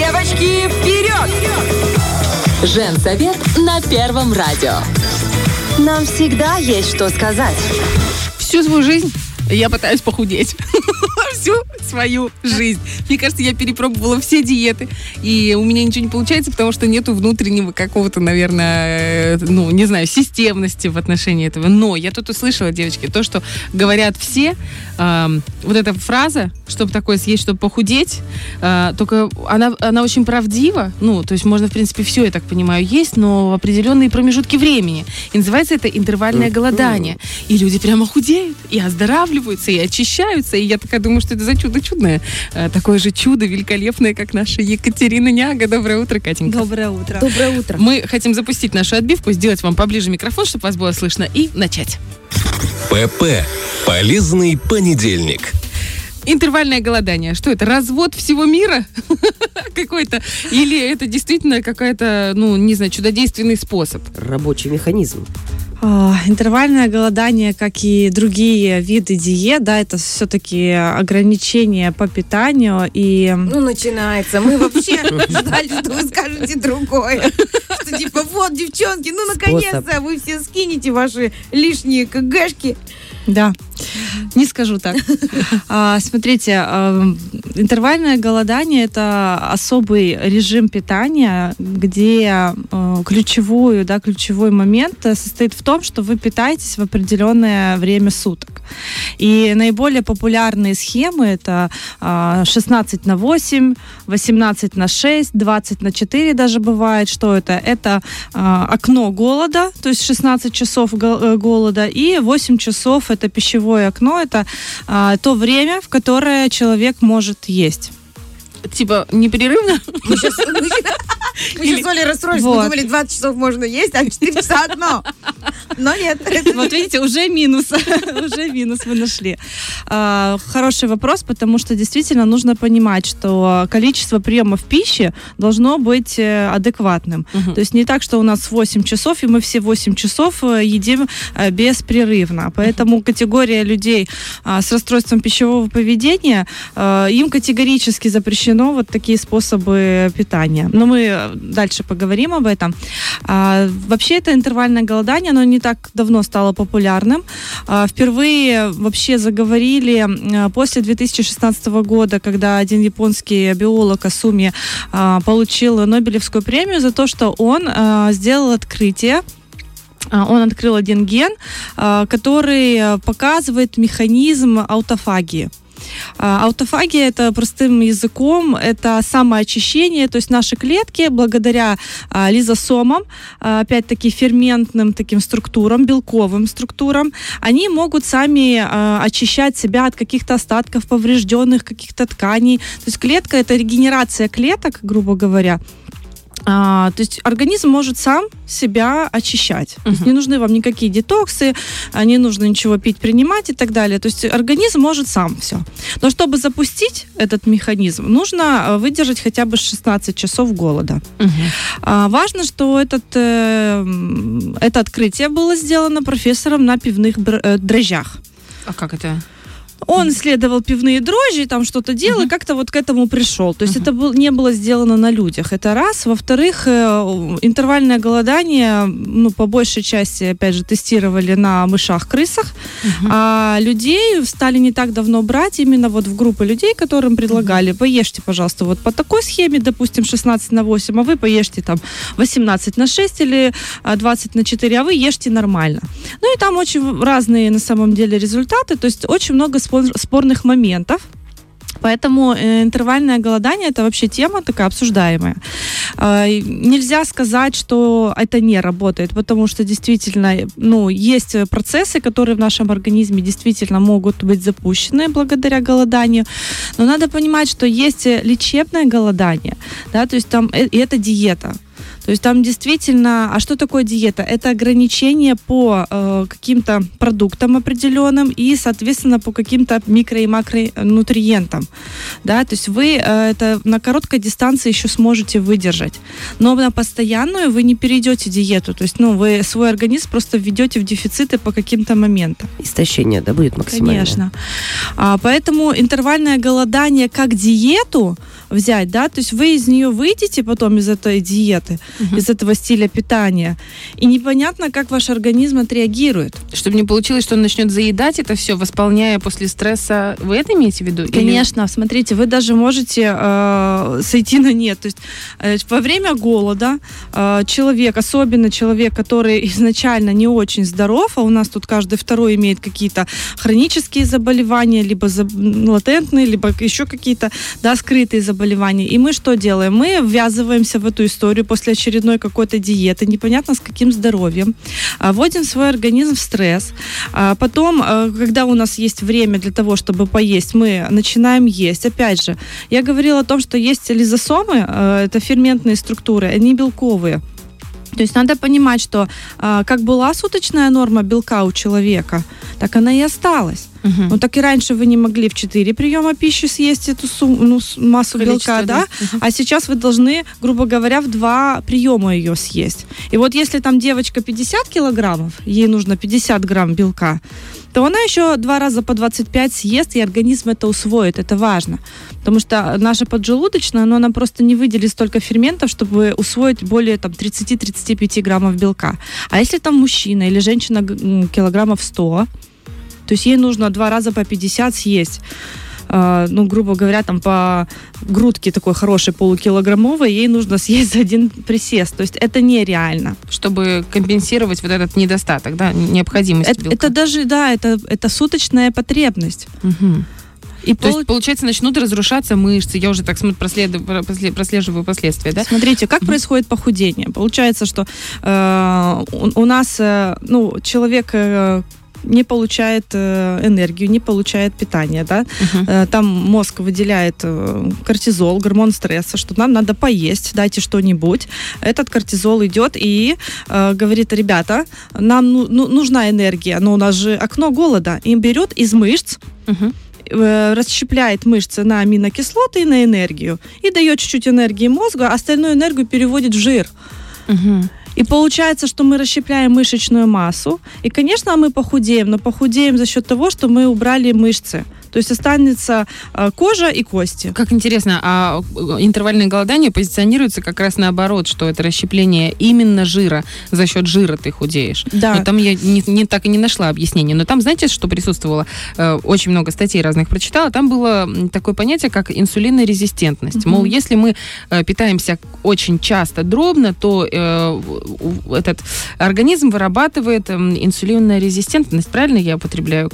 Девочки, вперед! Женсовет на Первом радио. Нам всегда есть что сказать. Всю свою жизнь я пытаюсь похудеть. Всю свою жизнь. Мне кажется, я перепробовала все диеты, и у меня ничего не получается, потому что нету внутреннего какого-то, наверное, не знаю, системности в отношении этого. Но я тут услышала, девочки, то, что говорят все, вот эта фраза, чтобы такое съесть, чтобы похудеть, только она очень правдива. То есть можно, в принципе, все, я так понимаю, есть, но в определенные промежутки времени. И называется это интервальное голодание. И люди прямо худеют, и оздоравливаются, и очищаются. И я такая думаю, что это за чудо чудное. Такое же чудо великолепное, как наша Екатерина Няга. Доброе утро, Катенька. Доброе утро. Доброе утро. Мы хотим запустить нашу отбивку, сделать вам поближе микрофон, чтобы вас было слышно, и начать. ПП. Полезный понедельник. Интервальное голодание. Что это? Развод всего мира? Какой-то? Или это действительно какая-то, чудодейственный способ? Рабочий механизм. Интервальное голодание, как и другие виды диет, это все-таки ограничения по питанию. И... начинается. Мы вообще ждали, что вы скажете другое. Что вот, девчонки, наконец-то вы все скинете ваши лишние КГшки. Да, не скажу так. Смотрите, интервальное голодание – это особый режим питания, где ключевой момент состоит в том, что вы питаетесь в определенное время суток. И наиболее популярные схемы – это 16/8, 18/6, 20/4 даже бывает. Что это? Это окно голода, то есть 16 часов голода, и 8 часов – это пищевое окно, это то время, в которое человек может есть. Типа непрерывно? Мы сейчас с Олей расстроились, мы думали, 20 часов можно есть, а 4 часа одно. Но нет. Вот видите, уже минус вы нашли. Хороший вопрос, потому что действительно нужно понимать, что количество приемов пищи должно быть адекватным. То есть не так, что у нас 8 часов, и мы все 8 часов едим беспрерывно. Поэтому категория людей с расстройством пищевого поведения, им категорически запрещено вот такие способы питания. Но мы дальше поговорим об этом. Вообще это интервальное голодание, оно не так давно стало популярным. Впервые вообще заговорили после 2016 года, когда один японский биолог Асуми получил Нобелевскую премию за то, что он сделал открытие. Он открыл один ген, который показывает механизм аутофагии. Аутофагия – это простым языком, это самоочищение, то есть наши клетки благодаря лизосомам, опять-таки ферментным таким структурам, белковым структурам, они могут сами очищать себя от каких-то остатков, поврежденных каких-то тканей. То есть клетка – это регенерация клеток, грубо говоря. То есть организм может сам себя очищать. То есть не нужны вам никакие детоксы, не нужно ничего пить, принимать и так далее. То есть организм может сам все. Но чтобы запустить этот механизм, нужно выдержать хотя бы 16 часов голода. Важно, что это открытие было сделано профессором на пивных дрожжах. А как это? Он исследовал пивные дрожжи, там что-то делал, и как-то вот к этому пришел. То есть это не было сделано на людях. Это раз. Во-вторых, интервальное голодание, по большей части, опять же, тестировали на мышах, крысах. А людей стали не так давно брать именно вот в группы людей, которым предлагали: поешьте, пожалуйста, вот по такой схеме, допустим, 16/8, а вы поешьте там 18/6 или 20/4, а вы ешьте нормально. И там очень разные на самом деле результаты, то есть очень много спорных моментов. Поэтому интервальное голодание – это вообще тема такая обсуждаемая. Нельзя сказать, что это не работает, потому что действительно, есть процессы, которые в нашем организме действительно могут быть запущены благодаря голоданию. Но надо понимать, что есть лечебное голодание, да, то есть там и это диета. То есть там действительно... А что такое диета? Это ограничение по каким-то продуктам определенным и, соответственно, по каким-то микро- и макронутриентам. Да? То есть вы это на короткой дистанции еще сможете выдержать. Но на постоянную вы не перейдете диету. То есть вы свой организм просто введете в дефициты по каким-то моментам. Истощение, будет максимальное? Конечно. Поэтому интервальное голодание как диету взять, да, то есть вы из нее выйдете потом из этой диеты, из этого стиля питания, и непонятно, как ваш организм отреагирует. Чтобы не получилось, что он начнет заедать это все, восполняя после стресса. Вы это имеете в виду? Конечно, смотрите, вы даже можете сойти на нет. То есть во время голода человек, особенно человек, который изначально не очень здоров, а у нас тут каждый второй имеет какие-то хронические заболевания, либо латентные, либо еще какие-то, да, скрытые заболевания. И мы что делаем? Мы ввязываемся в эту историю после очередной какой-то диеты, непонятно с каким здоровьем, вводим свой организм в стресс. Потом, когда у нас есть время для того, чтобы поесть, мы начинаем есть. Опять же, я говорила о том, что есть лизосомы, это ферментные структуры, они белковые. То есть надо понимать, что как была суточная норма белка у человека, так она и осталась. Ну, так и раньше вы не могли в 4 приема пищи съесть эту массу белка, да? А сейчас вы должны, грубо говоря, в 2 приема ее съесть. И вот если там девочка 50 килограммов, ей нужно 50 грамм белка, то она еще 2 раза по 25 съест, и организм это усвоит. Это важно. Потому что наша поджелудочная, она просто не выделит столько ферментов, чтобы усвоить более там, 30-35 граммов белка. А если там мужчина или женщина килограммов 100, то есть ей нужно 2 раза по 50 съесть. Грубо говоря, там по грудке такой хорошей полукилограммовой ей нужно съесть за 1 присест. То есть это нереально. Чтобы компенсировать вот этот недостаток, да, необходимость белка. Это даже, да, это суточная потребность. И то есть, получается, начнут разрушаться мышцы. Я уже так прослеживаю последствия, да? Смотрите, как происходит похудение. Получается, что у нас человек не получает энергию, не получает питание, да? Там мозг выделяет кортизол, гормон стресса, что нам надо поесть, дайте что-нибудь. Этот кортизол идет и говорит: ребята, нам нужна энергия, но у нас же окно голода. И берет из мышц, расщепляет мышцы на аминокислоты и на энергию. И дает чуть-чуть энергии мозгу, а остальную энергию переводит в жир. И получается, что мы расщепляем мышечную массу. И, конечно, мы похудеем, но похудеем за счет того, что мы убрали мышцы. То есть останется кожа и кости. Как интересно, а интервальное голодание позиционируется как раз наоборот, что это расщепление именно жира. За счет жира ты худеешь. Да. Но там я так и не нашла объяснения. Но там, знаете, что присутствовало? Очень много статей разных прочитала. Там было такое понятие, как инсулинорезистентность. Мол, если мы питаемся очень часто дробно, то этот организм вырабатывает инсулинорезистентность. Правильно я употребляю?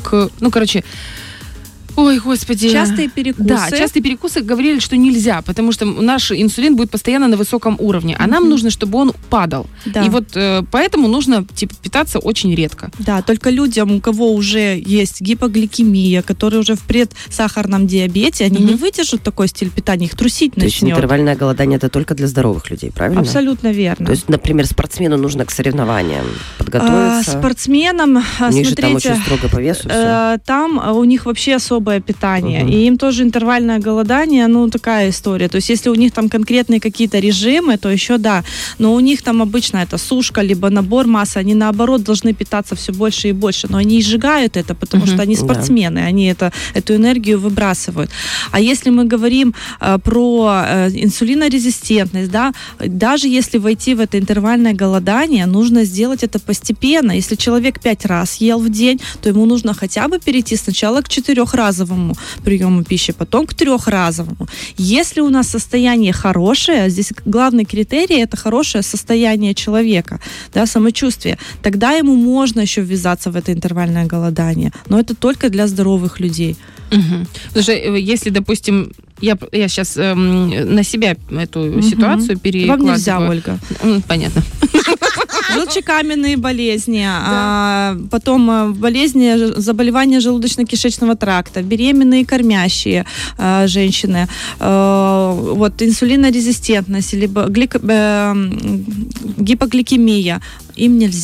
Ой, господи. Частые перекусы. Да, частые перекусы говорили, что нельзя, потому что наш инсулин будет постоянно на высоком уровне, а нам нужно, чтобы он падал. Да. И вот поэтому нужно питаться очень редко. Да, только людям, у кого уже есть гипогликемия, которые уже в предсахарном диабете, они не выдержат такой стиль питания, их трусить начнет. То есть интервальное голодание это только для здоровых людей, правильно? Абсолютно верно. То есть, например, спортсмену нужно к соревнованиям подготовиться. Спортсменам, у них смотрите, же там очень строго по весу все. Там у них вообще особое питание. И им тоже интервальное голодание, такая история. То есть, если у них там конкретные какие-то режимы, то еще да. Но у них там обычно это сушка, либо набор массы. Они, наоборот, должны питаться все больше и больше. Но они сжигают это, потому что они спортсмены. Они эту энергию выбрасывают. А если мы говорим про инсулинорезистентность, да, даже если войти в это интервальное голодание, нужно сделать это постепенно. Если человек 5 раз ел в день, то ему нужно хотя бы перейти сначала к 4-разовому приему пищи, потом к 3-разовому. Если у нас состояние хорошее, здесь главный критерий – это хорошее состояние человека, да, самочувствие, тогда ему можно еще ввязаться в это интервальное голодание. Но это только для здоровых людей. Потому что если, допустим, я сейчас на себя эту ситуацию перекладываю. Вам нельзя, Ольга. Понятно. Желчекаменные болезни, потом болезни, заболевания желудочно-кишечного тракта, беременные кормящие женщины, вот инсулинорезистентность, либо гипогликемия, им нельзя.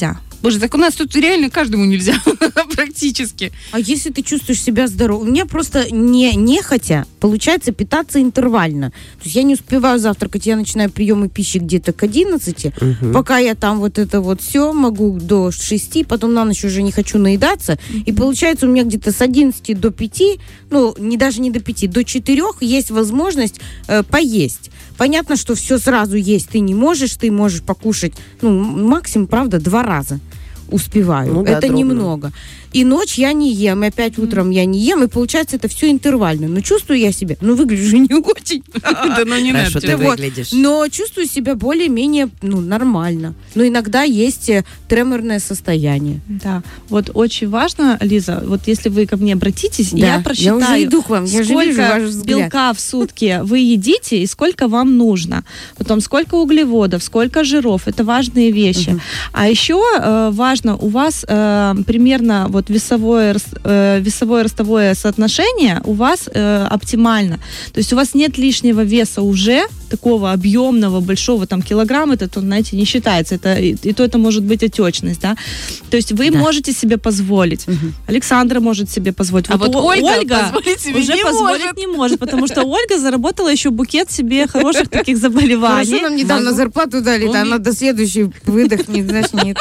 Боже, так у нас тут реально каждому нельзя практически. А если ты чувствуешь себя здоровым? У меня просто нехотя получается питаться интервально. То есть я не успеваю завтракать, я начинаю приемы пищи где-то к 11, пока я там вот это вот все могу до 6, потом на ночь уже не хочу наедаться. И получается у меня где-то с 11 до 5, даже не до 5, до 4 есть возможность поесть. Понятно, что все сразу есть ты не можешь, ты можешь покушать, максимум, правда, 2 раза успеваю. Это немного. И ночь я не ем, и опять утром я не ем, и получается это все интервально. Но чувствую я себя, выгляжу не очень. Да, не Хорошо ты выглядишь. Но чувствую себя более-менее, нормально. Но иногда есть треморное состояние. Да, вот очень важно, Лиза, вот если вы ко мне обратитесь, я просчитаю, я уже иду к вам, я же вижу ваш взгляд. Белка в сутки вы едите и сколько вам нужно. Потом сколько углеводов, сколько жиров. Это важные вещи. А еще важно, у вас примерно весовое ростовое соотношение у вас оптимально. То есть у вас нет лишнего веса уже, такого объемного, большого, килограмм, это, знаете, не считается. И то это может быть отечность, да. То есть вы можете себе позволить. Александра может себе позволить. А вот Ольга позволить себе уже позволить не может, потому что Ольга заработала еще букет себе хороших таких заболеваний. Хорошо, нам недавно зарплату дали, она до следующей выдохнет, знаешь, нет.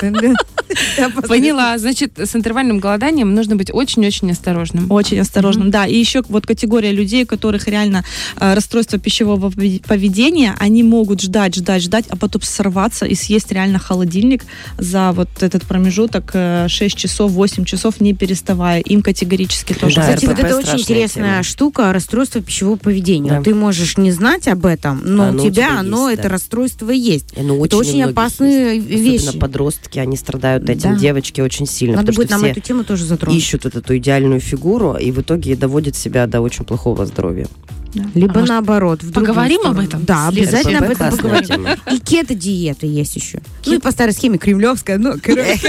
Поняла. Значит, с интервальным голоданием нужно быть очень-очень осторожным. Очень осторожным, да. И еще категория людей, у которых реально расстройство пищевого поведения, они могут ждать, а потом сорваться и съесть реально холодильник за этот промежуток 6 часов, 8 часов, не переставая. Им категорически тоже. Кстати, это очень интересная штука, расстройство пищевого поведения. Да. Ты можешь не знать об этом, но у тебя это расстройство есть. Это очень опасные вещи. Особенно подростки, они страдают этим, девочки очень сильно. Надо будет нам эту тему тоже затронуть. Ищут эту идеальную фигуру и в итоге доводят себя до очень плохого здоровья. Да. Либо наоборот. Поговорим об этом? Да, обязательно об этом поговорим. И кето-диета есть еще. И по старой схеме кремлевская, как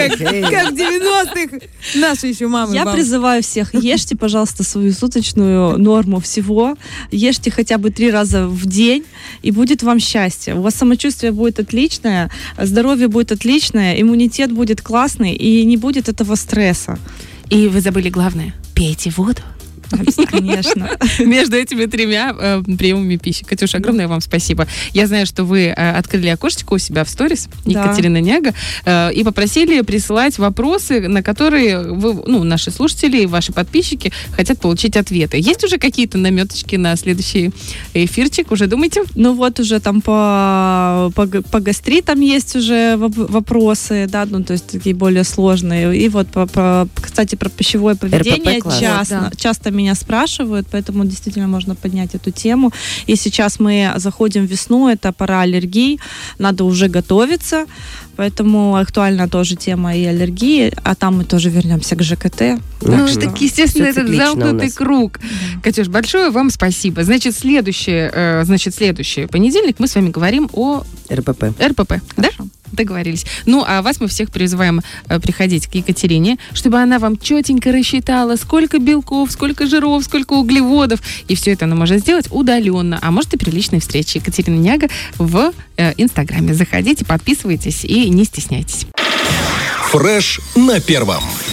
в 90-х наши еще мамы. Я призываю всех, ешьте, пожалуйста, свою суточную норму всего. Ешьте хотя бы 3 раза в день, и будет вам счастье. У вас самочувствие будет отличное, здоровье будет отличное, иммунитет будет классный, и не будет этого стресса. И вы забыли главное. Пейте воду. Конечно. Между этими 3 приемами пищи. Катюша, огромное вам спасибо. Я знаю, что вы открыли окошечко у себя в сторис, Екатерина Няга, и попросили присылать вопросы, на которые наши слушатели и ваши подписчики хотят получить ответы. Есть уже какие-то наметочки на следующий эфирчик? Уже думаете? Уже там по гастритам есть уже вопросы, да, то есть такие более сложные. И кстати, про пищевое поведение часто меня спрашивают, поэтому действительно можно поднять эту тему. И сейчас мы заходим в весну, это пора аллергий, надо уже готовиться, поэтому актуальна тоже тема и аллергии, а там мы тоже вернемся к ЖКТ. Так, естественно, этот замкнутый круг. Катюш, большое вам спасибо. Значит, следующий понедельник мы с вами говорим о РПП. Да? Договорились. А вас мы всех призываем приходить к Екатерине, чтобы она вам четенько рассчитала, сколько белков, сколько жиров, сколько углеводов. И все это она может сделать удаленно. А может и при личной встрече. Екатерина Няга в Инстаграме. Заходите, подписывайтесь и не стесняйтесь. Фреш на первом.